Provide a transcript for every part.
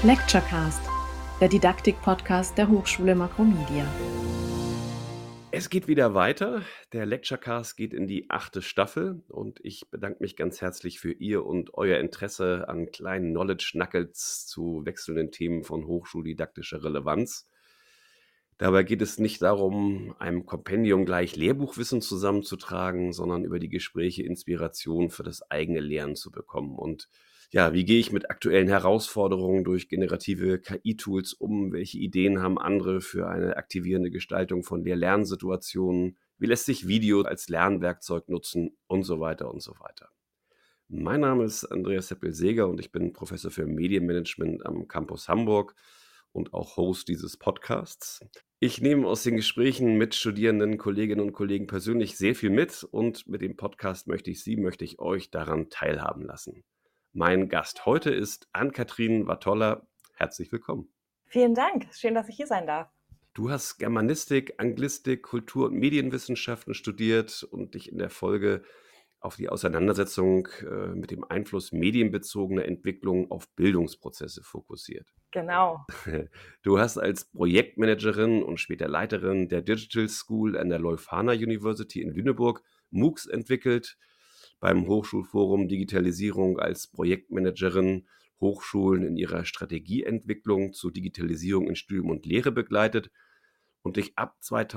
Lecturecast, der Didaktik-Podcast der Hochschule Makromedia. Es geht wieder weiter. Der Lecturecast geht in die 8. Staffel und ich bedanke mich ganz herzlich für Ihr und euer Interesse an kleinen Knowledge-Nuggets zu wechselnden Themen von hochschuldidaktischer Relevanz. Dabei geht es nicht darum, einem Kompendium gleich Lehrbuchwissen zusammenzutragen, sondern über die Gespräche Inspiration für das eigene Lernen zu bekommen. Und ja, wie gehe ich mit aktuellen Herausforderungen durch generative KI-Tools um? Welche Ideen haben andere für eine aktivierende Gestaltung von Lehr-Lernsituationen? Wie lässt sich Video als Lernwerkzeug nutzen? Und so weiter und so weiter. Mein Name ist Andreas Seppel-Seeger und ich bin Professor für Medienmanagement am Campus Hamburg und auch Host dieses Podcasts. Ich nehme aus den Gesprächen mit Studierenden, Kolleginnen und Kollegen persönlich sehr viel mit und mit dem Podcast möchte ich euch daran teilhaben lassen. Mein Gast heute ist Ann-Kathrin Watolla. Herzlich willkommen. Vielen Dank. Schön, dass ich hier sein darf. Du hast Germanistik, Anglistik, Kultur- und Medienwissenschaften studiert und dich in der Folge auf die Auseinandersetzung mit dem Einfluss medienbezogener Entwicklung auf Bildungsprozesse fokussiert. Genau. Du hast als Projektmanagerin und später Leiterin der Digital School an der Leuphana University in Lüneburg MOOCs entwickelt, beim Hochschulforum Digitalisierung als Projektmanagerin Hochschulen in ihrer Strategieentwicklung zur Digitalisierung in Studium und Lehre begleitet und dich ab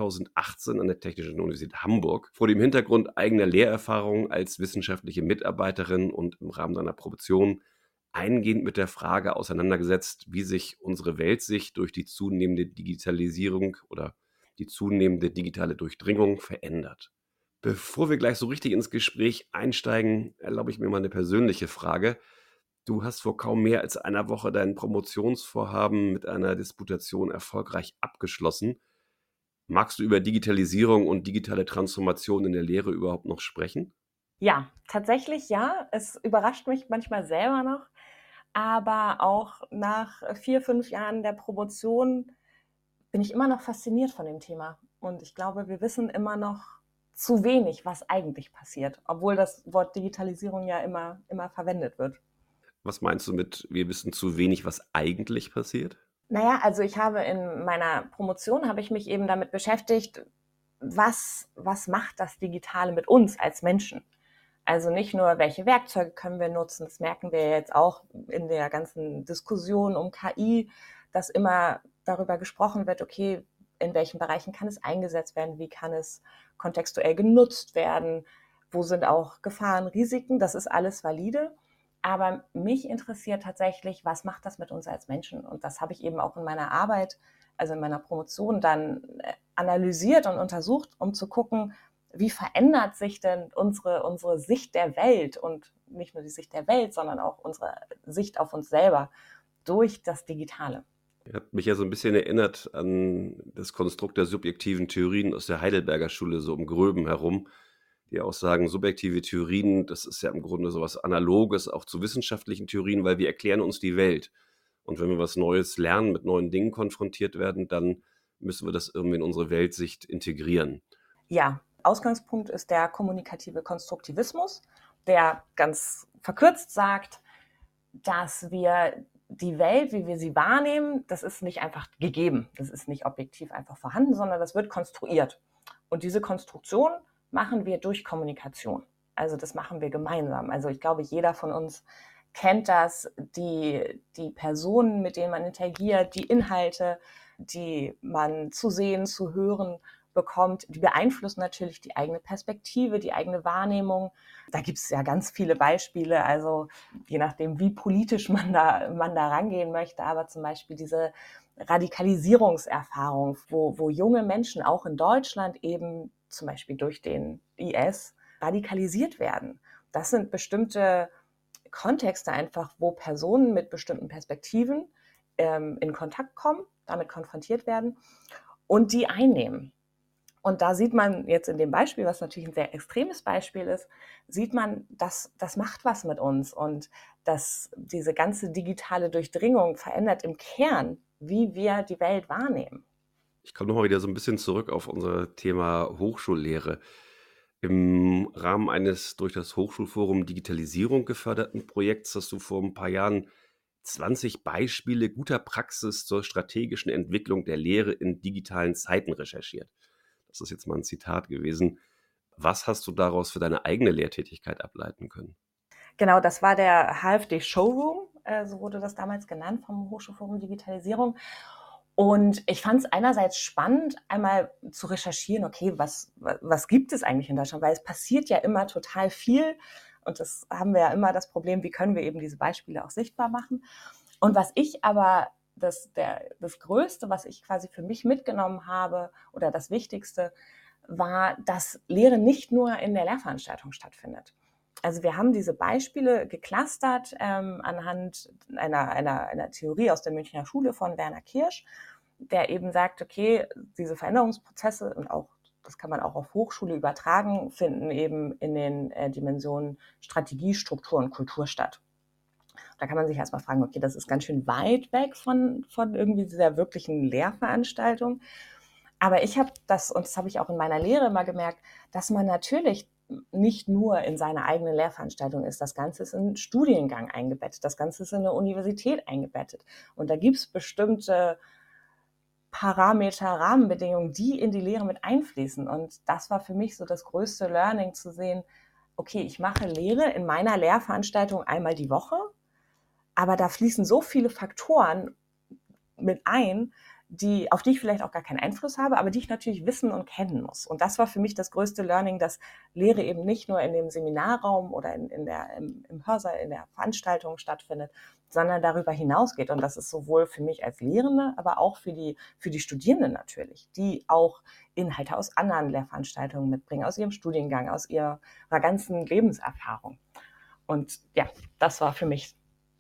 2018 an der Technischen Universität Hamburg vor dem Hintergrund eigener Lehrerfahrung als wissenschaftliche Mitarbeiterin und im Rahmen deiner Promotion eingehend mit der Frage auseinandergesetzt, wie sich unsere Weltsicht durch die zunehmende Digitalisierung oder die zunehmende digitale Durchdringung verändert. Bevor wir gleich so richtig ins Gespräch einsteigen, erlaube ich mir mal eine persönliche Frage. Du hast vor kaum mehr als einer Woche dein Promotionsvorhaben mit einer Disputation erfolgreich abgeschlossen. Magst du über Digitalisierung und digitale Transformation in der Lehre überhaupt noch sprechen? Ja, tatsächlich ja. Es überrascht mich manchmal selber noch. Aber auch nach 4, 5 Jahren der Promotion bin ich immer noch fasziniert von dem Thema. Und ich glaube, wir wissen immer noch zu wenig, was eigentlich passiert, obwohl das Wort Digitalisierung ja immer verwendet wird. Was meinst du mit, wir wissen zu wenig, was eigentlich passiert? Naja, also ich habe in meiner Promotion habe ich mich eben damit beschäftigt, was macht das Digitale mit uns als Menschen? Also nicht nur, welche Werkzeuge können wir nutzen, das merken wir jetzt auch in der ganzen Diskussion um KI, dass immer darüber gesprochen wird, okay, in welchen Bereichen kann es eingesetzt werden, wie kann es kontextuell genutzt werden, wo sind auch Gefahren, Risiken, das ist alles valide. Aber mich interessiert tatsächlich, was macht das mit uns als Menschen? Und das habe ich eben auch in meiner Arbeit, also in meiner Promotion dann analysiert und untersucht, um zu gucken, wie verändert sich denn unsere Sicht der Welt und nicht nur die Sicht der Welt, sondern auch unsere Sicht auf uns selber durch das Digitale. Hat mich ja so ein bisschen erinnert an das Konstrukt der subjektiven Theorien aus der Heidelberger Schule, so im Gröben herum, die auch sagen, subjektive Theorien, das ist ja im Grunde so was Analoges auch zu wissenschaftlichen Theorien, weil wir erklären uns die Welt. Und wenn wir was Neues lernen, mit neuen Dingen konfrontiert werden, dann müssen wir das irgendwie in unsere Weltsicht integrieren. Ja, Ausgangspunkt ist der kommunikative Konstruktivismus, der ganz verkürzt sagt, dass wir die Welt, wie wir sie wahrnehmen, das ist nicht einfach gegeben, das ist nicht objektiv einfach vorhanden, sondern das wird konstruiert. Und diese Konstruktion machen wir durch Kommunikation. Also das machen wir gemeinsam. Also ich glaube, jeder von uns kennt das, die Personen, mit denen man interagiert, die Inhalte, die man zu sehen, zu hören bekommt, die beeinflussen natürlich die eigene Perspektive, die eigene Wahrnehmung. Da gibt es ja ganz viele Beispiele, also je nachdem, wie politisch man da rangehen möchte, aber zum Beispiel diese Radikalisierungserfahrung, wo junge Menschen auch in Deutschland eben zum Beispiel durch den IS radikalisiert werden. Das sind bestimmte Kontexte einfach, wo Personen mit bestimmten Perspektiven in Kontakt kommen, damit konfrontiert werden und die einnehmen. Und da sieht man jetzt in dem Beispiel, was natürlich ein sehr extremes Beispiel ist, sieht man, dass das macht was mit uns und dass diese ganze digitale Durchdringung verändert im Kern, wie wir die Welt wahrnehmen. Ich komme nochmal wieder so ein bisschen zurück auf unser Thema Hochschullehre. Im Rahmen eines durch das Hochschulforum Digitalisierung geförderten Projekts hast du vor ein paar Jahren 20 Beispiele guter Praxis zur strategischen Entwicklung der Lehre in digitalen Zeiten recherchiert. Das ist jetzt mal ein Zitat gewesen. Was hast du daraus für deine eigene Lehrtätigkeit ableiten können? Genau, das war der HFD Showroom, so wurde das damals genannt vom Hochschulforum Digitalisierung. Und ich fand es einerseits spannend, einmal zu recherchieren, okay, was gibt es eigentlich in Deutschland? Weil es passiert ja immer total viel. Und das haben wir ja immer das Problem, wie können wir eben diese Beispiele auch sichtbar machen. Und was ich aber, das Größte, was ich quasi für mich mitgenommen habe oder das Wichtigste, war, dass Lehre nicht nur in der Lehrveranstaltung stattfindet. Also wir haben diese Beispiele geclustert anhand einer Theorie aus der Münchner Schule von Werner Kirsch, der eben sagt, okay, diese Veränderungsprozesse und auch, das kann man auch auf Hochschule übertragen, finden eben in den Dimensionen Strategie, Struktur und Kultur statt. Da kann man sich erstmal fragen, okay, das ist ganz schön weit weg von irgendwie dieser wirklichen Lehrveranstaltung. Aber ich habe das, und das habe ich auch in meiner Lehre immer gemerkt, dass man natürlich nicht nur in seiner eigenen Lehrveranstaltung ist. Das Ganze ist in einen Studiengang eingebettet. Das Ganze ist in eine Universität eingebettet. Und da gibt es bestimmte Parameter, Rahmenbedingungen, die in die Lehre mit einfließen. Und das war für mich so das größte Learning, zu sehen, okay, ich mache Lehre in meiner Lehrveranstaltung einmal die Woche, aber da fließen so viele Faktoren mit ein, auf die ich vielleicht auch gar keinen Einfluss habe, aber die ich natürlich wissen und kennen muss. Und das war für mich das größte Learning, dass Lehre eben nicht nur in dem Seminarraum oder im Hörsaal, in der Veranstaltung stattfindet, sondern darüber hinausgeht. Und das ist sowohl für mich als Lehrende, aber auch für die Studierenden natürlich, die auch Inhalte aus anderen Lehrveranstaltungen mitbringen, aus ihrem Studiengang, aus ihrer ganzen Lebenserfahrung. Und ja, das war für mich,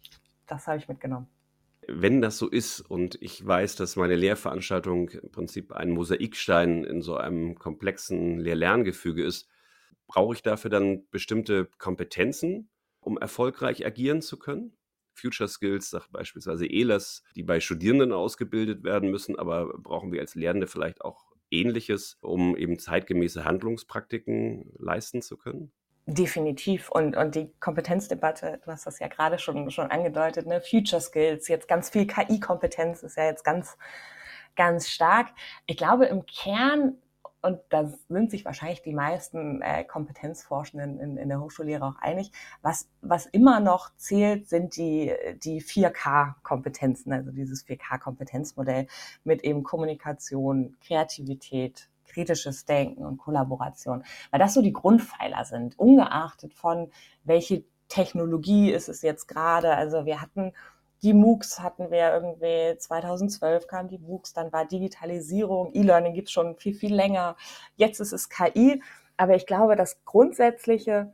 das habe ich mitgenommen. Wenn das so ist und ich weiß, dass meine Lehrveranstaltung im Prinzip ein Mosaikstein in so einem komplexen Lehr-Lerngefüge ist, brauche ich dafür dann bestimmte Kompetenzen, um erfolgreich agieren zu können? Future Skills sagt beispielsweise ELAS, die bei Studierenden ausgebildet werden müssen, aber brauchen wir als Lehrende vielleicht auch Ähnliches, um eben zeitgemäße Handlungspraktiken leisten zu können? Definitiv. Und die Kompetenzdebatte, du hast das ja gerade schon angedeutet, ne? Future Skills, jetzt ganz viel KI-Kompetenz ist ja jetzt ganz, ganz stark. Ich glaube im Kern, und da sind sich wahrscheinlich die meisten Kompetenzforschenden in der Hochschullehre auch einig, was immer noch zählt, sind die 4K-Kompetenzen, also dieses 4K-Kompetenzmodell mit eben Kommunikation, Kreativität, kritisches Denken und Kollaboration, weil das so die Grundpfeiler sind, ungeachtet von welche Technologie ist es jetzt gerade. Also wir hatten die MOOCs, hatten wir irgendwie 2012 kamen die MOOCs, dann war Digitalisierung, E-Learning gibt's schon viel, viel länger. Jetzt ist es KI, aber ich glaube, das Grundsätzliche,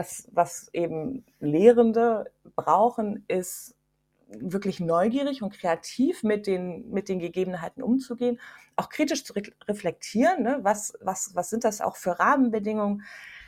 was eben Lehrende brauchen, ist wirklich neugierig und kreativ mit den Gegebenheiten umzugehen, auch kritisch zu reflektieren, ne? Was sind das auch für Rahmenbedingungen,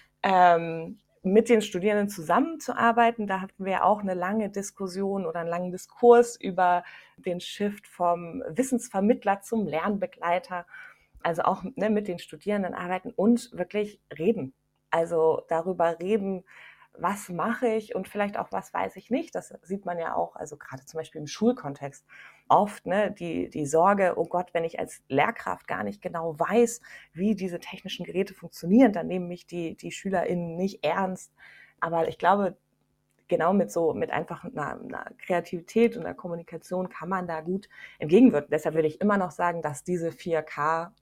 mit den Studierenden zusammenzuarbeiten. Da hatten wir auch eine lange Diskussion oder einen langen Diskurs über den Shift vom Wissensvermittler zum Lernbegleiter. Also auch, ne, mit den Studierenden arbeiten und wirklich reden. Also darüber reden, was mache ich und vielleicht auch, was weiß ich nicht. Das sieht man ja auch, also gerade zum Beispiel im Schulkontext oft, ne, die Sorge, oh Gott, wenn ich als Lehrkraft gar nicht genau weiß, wie diese technischen Geräte funktionieren, dann nehmen mich die SchülerInnen nicht ernst. Aber ich glaube, genau mit einfach einer Kreativität und einer Kommunikation kann man da gut entgegenwirken. Deshalb würde ich immer noch sagen, dass diese 4K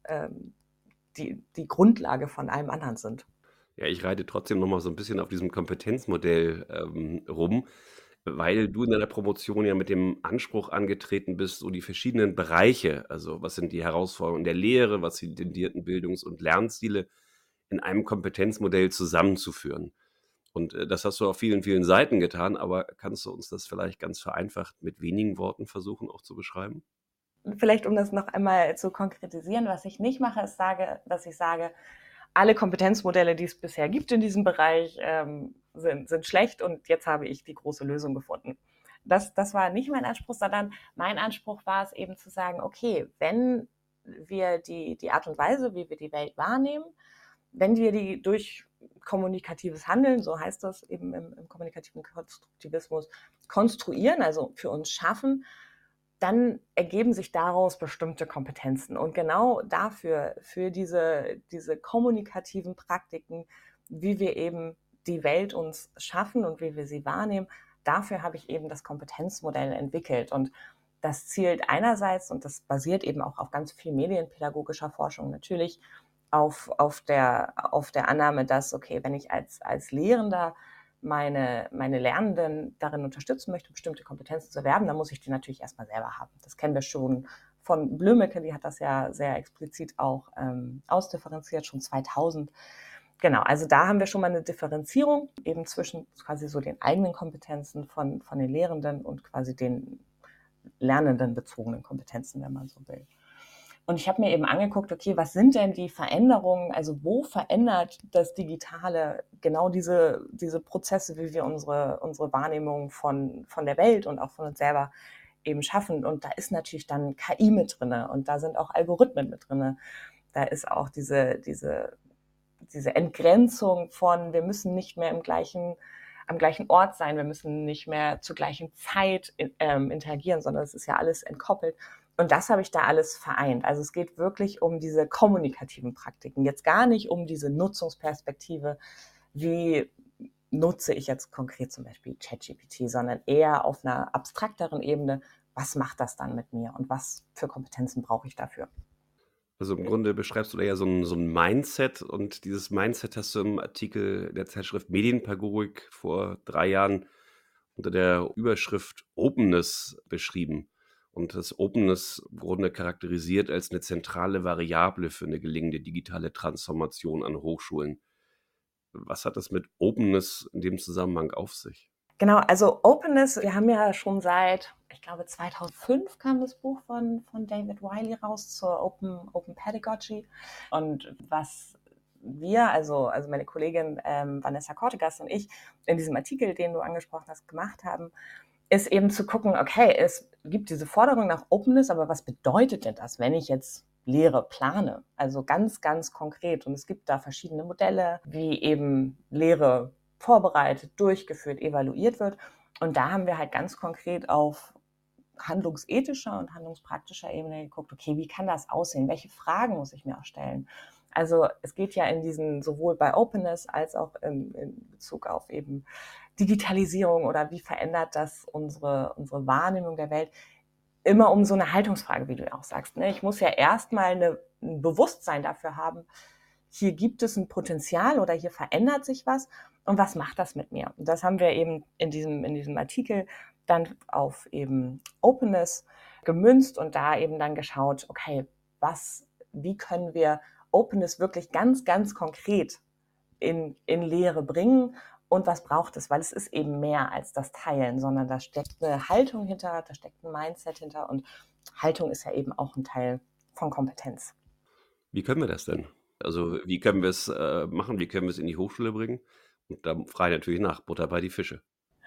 die Grundlage von allem anderen sind. Ja, ich reite trotzdem noch mal so ein bisschen auf diesem Kompetenzmodell rum, weil du in deiner Promotion ja mit dem Anspruch angetreten bist, so die verschiedenen Bereiche, also was sind die Herausforderungen der Lehre, was sind die tendierten Bildungs- und Lernstile, in einem Kompetenzmodell zusammenzuführen. Und das hast du auf vielen, vielen Seiten getan, aber kannst du uns das vielleicht ganz vereinfacht mit wenigen Worten versuchen auch zu beschreiben? Vielleicht, um das noch einmal zu konkretisieren, was ich nicht mache, ist, dass ich sage, alle Kompetenzmodelle, die es bisher gibt in diesem Bereich, sind schlecht und jetzt habe ich die große Lösung gefunden. Das war nicht mein Anspruch, sondern mein Anspruch war es eben zu sagen, okay, wenn wir die Art und Weise, wie wir die Welt wahrnehmen, wenn wir die durch kommunikatives Handeln, so heißt das eben im kommunikativen Konstruktivismus, konstruieren, also für uns schaffen, dann ergeben sich daraus bestimmte Kompetenzen. Und genau dafür, für diese kommunikativen Praktiken, wie wir eben die Welt uns schaffen und wie wir sie wahrnehmen, dafür habe ich eben das Kompetenzmodell entwickelt. Und das zielt einerseits, und das basiert eben auch auf ganz viel medienpädagogischer Forschung natürlich, auf der Annahme, dass, okay, wenn ich als Lehrender meine Lernenden darin unterstützen möchte, bestimmte Kompetenzen zu erwerben, dann muss ich die natürlich erstmal selber haben. Das kennen wir schon von Blümeke, die hat das ja sehr explizit auch ausdifferenziert, schon 2000. Genau, also da haben wir schon mal eine Differenzierung eben zwischen quasi so den eigenen Kompetenzen von den Lehrenden und quasi den lernenden bezogenen Kompetenzen, wenn man so will. Und ich habe mir eben angeguckt, okay, was sind denn die Veränderungen, also wo verändert das Digitale genau diese Prozesse, wie wir unsere Wahrnehmung von der Welt und auch von uns selber eben schaffen. Und da ist natürlich dann KI mit drin und da sind auch Algorithmen mit drin. Da ist auch diese Entgrenzung von, wir müssen nicht mehr am gleichen Ort sein, wir müssen nicht mehr zur gleichen Zeit interagieren, sondern es ist ja alles entkoppelt. Und das habe ich da alles vereint. Also es geht wirklich um diese kommunikativen Praktiken, jetzt gar nicht um diese Nutzungsperspektive, wie nutze ich jetzt konkret zum Beispiel ChatGPT, sondern eher auf einer abstrakteren Ebene, was macht das dann mit mir und was für Kompetenzen brauche ich dafür? Also im Grunde beschreibst du da ja so ein Mindset, und dieses Mindset hast du im Artikel der Zeitschrift Medienpädagogik vor 3 Jahren unter der Überschrift Openness beschrieben. Und das Openness im Grunde charakterisiert als eine zentrale Variable für eine gelingende digitale Transformation an Hochschulen. Was hat das mit Openness in dem Zusammenhang auf sich? Genau, also Openness, wir haben ja schon seit, ich glaube 2005 kam das Buch von David Wiley raus zur Open Pedagogy. Und was wir, also meine Kollegin Vanessa Cortegas und ich, in diesem Artikel, den du angesprochen hast, gemacht haben, ist eben zu gucken, okay, es gibt diese Forderung nach Openness, aber was bedeutet denn das, wenn ich jetzt Lehre plane? Also ganz, ganz konkret. Und es gibt da verschiedene Modelle, wie eben Lehre vorbereitet, durchgeführt, evaluiert wird. Und da haben wir halt ganz konkret auf handlungsethischer und handlungspraktischer Ebene geguckt, okay, wie kann das aussehen? Welche Fragen muss ich mir auch stellen? Also es geht ja in diesen, sowohl bei Openness als auch in Bezug auf eben Digitalisierung oder wie verändert das unsere Wahrnehmung der Welt, immer um so eine Haltungsfrage, wie du auch sagst. Ne? Ich muss ja erstmal ein Bewusstsein dafür haben, hier gibt es ein Potenzial oder hier verändert sich was und was macht das mit mir? Und das haben wir eben in diesem Artikel dann auf eben Openness gemünzt und da eben dann geschaut, okay, wie können wir Openness wirklich ganz, ganz konkret in Lehre bringen und was braucht es? Weil es ist eben mehr als das Teilen, sondern da steckt eine Haltung hinter, da steckt ein Mindset hinter und Haltung ist ja eben auch ein Teil von Kompetenz. Wie können wir das denn? Also wie können wir es machen? Wie können wir es in die Hochschule bringen? Und da frage ich natürlich nach, Butter bei die Fische.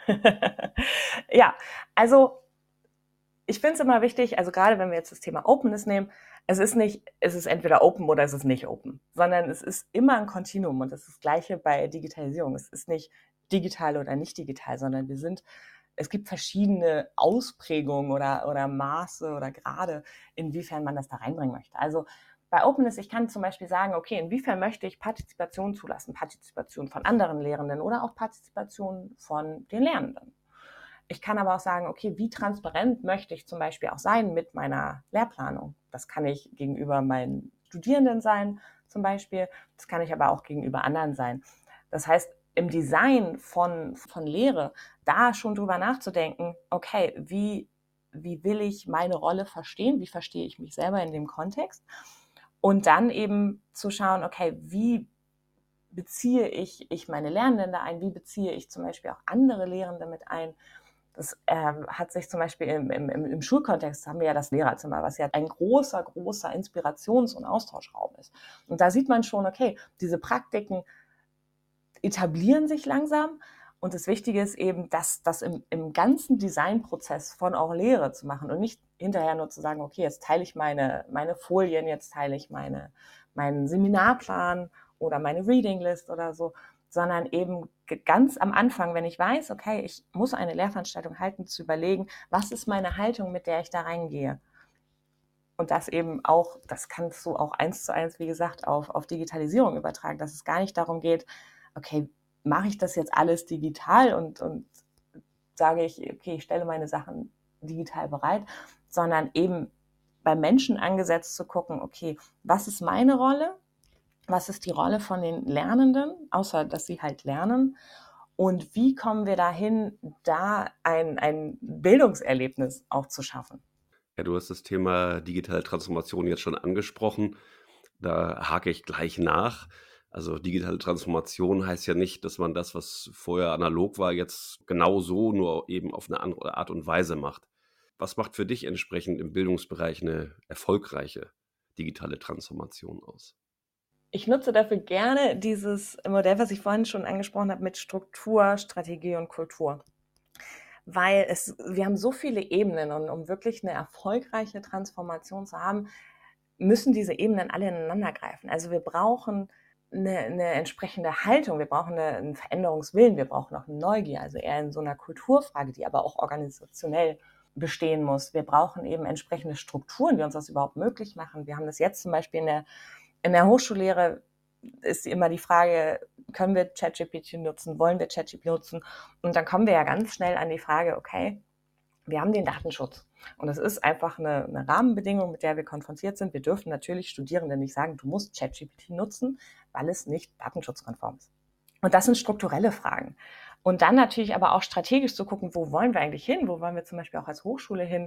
Ja, also ich finde es immer wichtig, also gerade wenn wir jetzt das Thema Openness nehmen, es ist entweder open oder es ist nicht open, sondern es ist immer ein Kontinuum und das ist das Gleiche bei Digitalisierung. Es ist nicht digital oder nicht digital, sondern es gibt verschiedene Ausprägungen oder Maße oder Grade, inwiefern man das da reinbringen möchte. Also bei Openness, ich kann zum Beispiel sagen, okay, inwiefern möchte ich Partizipation zulassen, Partizipation von anderen Lehrenden oder auch Partizipation von den Lernenden. Ich kann aber auch sagen, okay, wie transparent möchte ich zum Beispiel auch sein mit meiner Lehrplanung? Das kann ich gegenüber meinen Studierenden sein, zum Beispiel. Das kann ich aber auch gegenüber anderen sein. Das heißt, im Design von Lehre, da schon drüber nachzudenken, okay, wie will ich meine Rolle verstehen? Wie verstehe ich mich selber in dem Kontext? Und dann eben zu schauen, okay, wie beziehe ich meine Lernenden ein? Wie beziehe ich zum Beispiel auch andere Lehrende mit ein? Das hat sich zum Beispiel im Schulkontext, haben wir ja das Lehrerzimmer, was ja ein großer, großer Inspirations- und Austauschraum ist. Und da sieht man schon, okay, diese Praktiken etablieren sich langsam. Und das Wichtige ist eben, das im ganzen Designprozess von auch Lehre zu machen und nicht hinterher nur zu sagen, okay, jetzt teile ich meine Folien, jetzt teile ich meinen Seminarplan oder meine Reading List oder so, sondern eben ganz am Anfang, wenn ich weiß, okay, ich muss eine Lehrveranstaltung halten, zu überlegen, was ist meine Haltung, mit der ich da reingehe. Und das eben auch, das kannst du auch 1:1, wie gesagt, auf Digitalisierung übertragen, dass es gar nicht darum geht, okay, mache ich das jetzt alles digital und sage ich, okay, ich stelle meine Sachen digital bereit, sondern eben beim Menschen angesetzt zu gucken, okay, was ist meine Rolle? Was ist die Rolle von den Lernenden, außer dass sie halt lernen? Und wie kommen wir dahin, da ein Bildungserlebnis auch zu schaffen? Ja, du hast das Thema digitale Transformation jetzt schon angesprochen. Da hake ich gleich nach. Also digitale Transformation heißt ja nicht, dass man das, was vorher analog war, jetzt genau so, nur eben auf eine andere Art und Weise macht. Was macht für dich entsprechend im Bildungsbereich eine erfolgreiche digitale Transformation aus? Ich nutze dafür gerne dieses Modell, was ich vorhin schon angesprochen habe, mit Struktur, Strategie und Kultur. Weil wir haben so viele Ebenen und um wirklich eine erfolgreiche Transformation zu haben, müssen diese Ebenen alle ineinander greifen. Also wir brauchen eine entsprechende Haltung, wir brauchen einen Veränderungswillen, wir brauchen auch eine Neugier, also eher in so einer Kulturfrage, die aber auch organisationell bestehen muss. Wir brauchen eben entsprechende Strukturen, die uns das überhaupt möglich machen. Wir haben das jetzt zum Beispiel in der Hochschullehre, ist immer die Frage, können wir ChatGPT nutzen, wollen wir ChatGPT nutzen? Und dann kommen wir ja ganz schnell an die Frage, okay, wir haben den Datenschutz. Und das ist einfach eine Rahmenbedingung, mit der wir konfrontiert sind. Wir dürfen natürlich Studierenden nicht sagen, du musst ChatGPT nutzen, weil es nicht datenschutzkonform ist. Und das sind strukturelle Fragen. Und dann natürlich aber auch strategisch zu gucken, wo wollen wir eigentlich hin? Wo wollen wir zum Beispiel auch als Hochschule hin?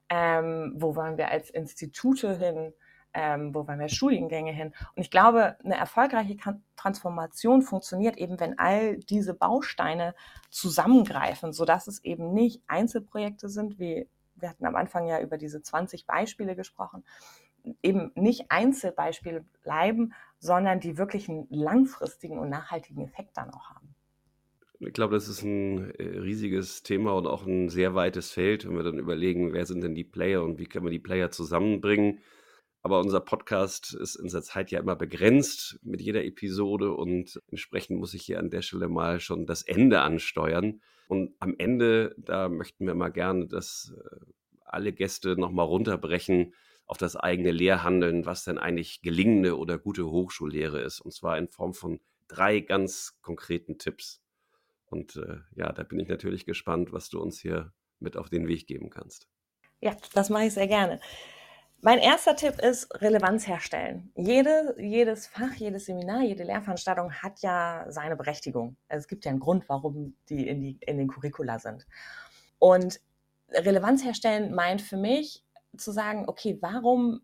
Wo wollen wir als Institute hin? Wo wollen wir als Studiengänge hin? Und ich glaube, eine erfolgreiche Transformation funktioniert eben, wenn all diese Bausteine zusammengreifen, sodass es eben nicht Einzelprojekte sind, wie wir hatten am Anfang ja über diese 20 Beispiele gesprochen, eben nicht Einzelbeispiele bleiben, sondern die wirklich einen langfristigen und nachhaltigen Effekt dann auch haben. Ich glaube, das ist ein riesiges Thema und auch ein sehr weites Feld, wenn wir dann überlegen, wer sind denn die Player und wie können wir die Player zusammenbringen. Aber unser Podcast ist in der Zeit ja immer begrenzt mit jeder Episode und entsprechend muss ich hier an der Stelle mal schon das Ende ansteuern. Und am Ende, da möchten wir mal gerne, dass alle Gäste nochmal runterbrechen auf das eigene Lehrhandeln, was denn eigentlich gelingende oder gute Hochschullehre ist. Und zwar in Form von 3 ganz konkreten Tipps. Und ja, da bin ich natürlich gespannt, was du uns hier mit auf den Weg geben kannst. Ja, das mache ich sehr gerne. Mein erster Tipp ist Relevanz herstellen. Jedes Fach, jedes Seminar, jede Lehrveranstaltung hat ja seine Berechtigung. Also es gibt ja einen Grund, warum die in den Curricula sind. Und Relevanz herstellen meint für mich zu sagen, okay, warum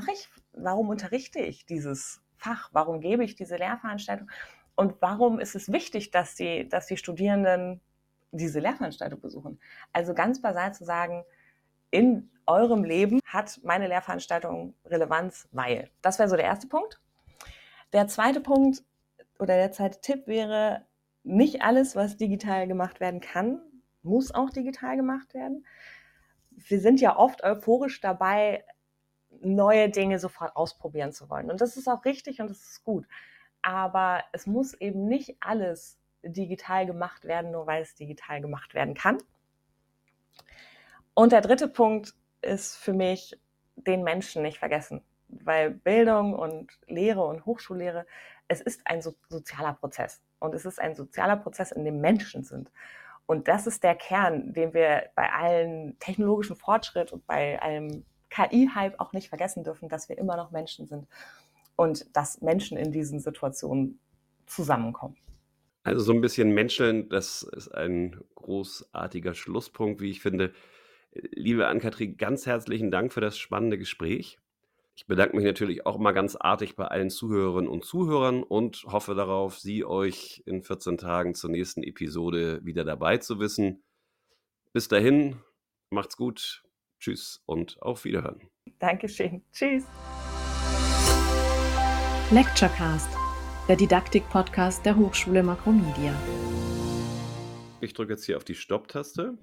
unterrichte ich dieses Fach? Warum gebe ich diese Lehrveranstaltung? Und warum ist es wichtig, dass die Studierenden diese Lehrveranstaltung besuchen? Also ganz basal zu sagen, in eurem Leben hat meine Lehrveranstaltung Relevanz, weil. Das wäre so der erste Punkt. Der zweite Punkt oder der zweite Tipp wäre, nicht alles, was digital gemacht werden kann, muss auch digital gemacht werden. Wir sind ja oft euphorisch dabei, neue Dinge sofort ausprobieren zu wollen. Und das ist auch richtig und das ist gut. Aber es muss eben nicht alles digital gemacht werden, nur weil es digital gemacht werden kann. Und der dritte Punkt ist für mich, den Menschen nicht vergessen. Weil Bildung und Lehre und Hochschullehre, es ist ein sozialer Prozess. Und es ist ein sozialer Prozess, in dem Menschen sind. Und das ist der Kern, den wir bei allen technologischen Fortschritt und bei allem KI-Hype auch nicht vergessen dürfen, dass wir immer noch Menschen sind. Und dass Menschen in diesen Situationen zusammenkommen. Also so ein bisschen menscheln, das ist ein großartiger Schlusspunkt, wie ich finde. Liebe Ann-Kathrin, ganz herzlichen Dank für das spannende Gespräch. Ich bedanke mich natürlich auch immer ganz artig bei allen Zuhörerinnen und Zuhörern und hoffe darauf, Sie euch in 14 Tagen zur nächsten Episode wieder dabei zu wissen. Bis dahin, macht's gut, tschüss und auf Wiederhören. Dankeschön. Tschüss. Lecturecast, der Didaktik-Podcast der Hochschule Makromedia. Ich drücke jetzt hier auf die Stopp-Taste.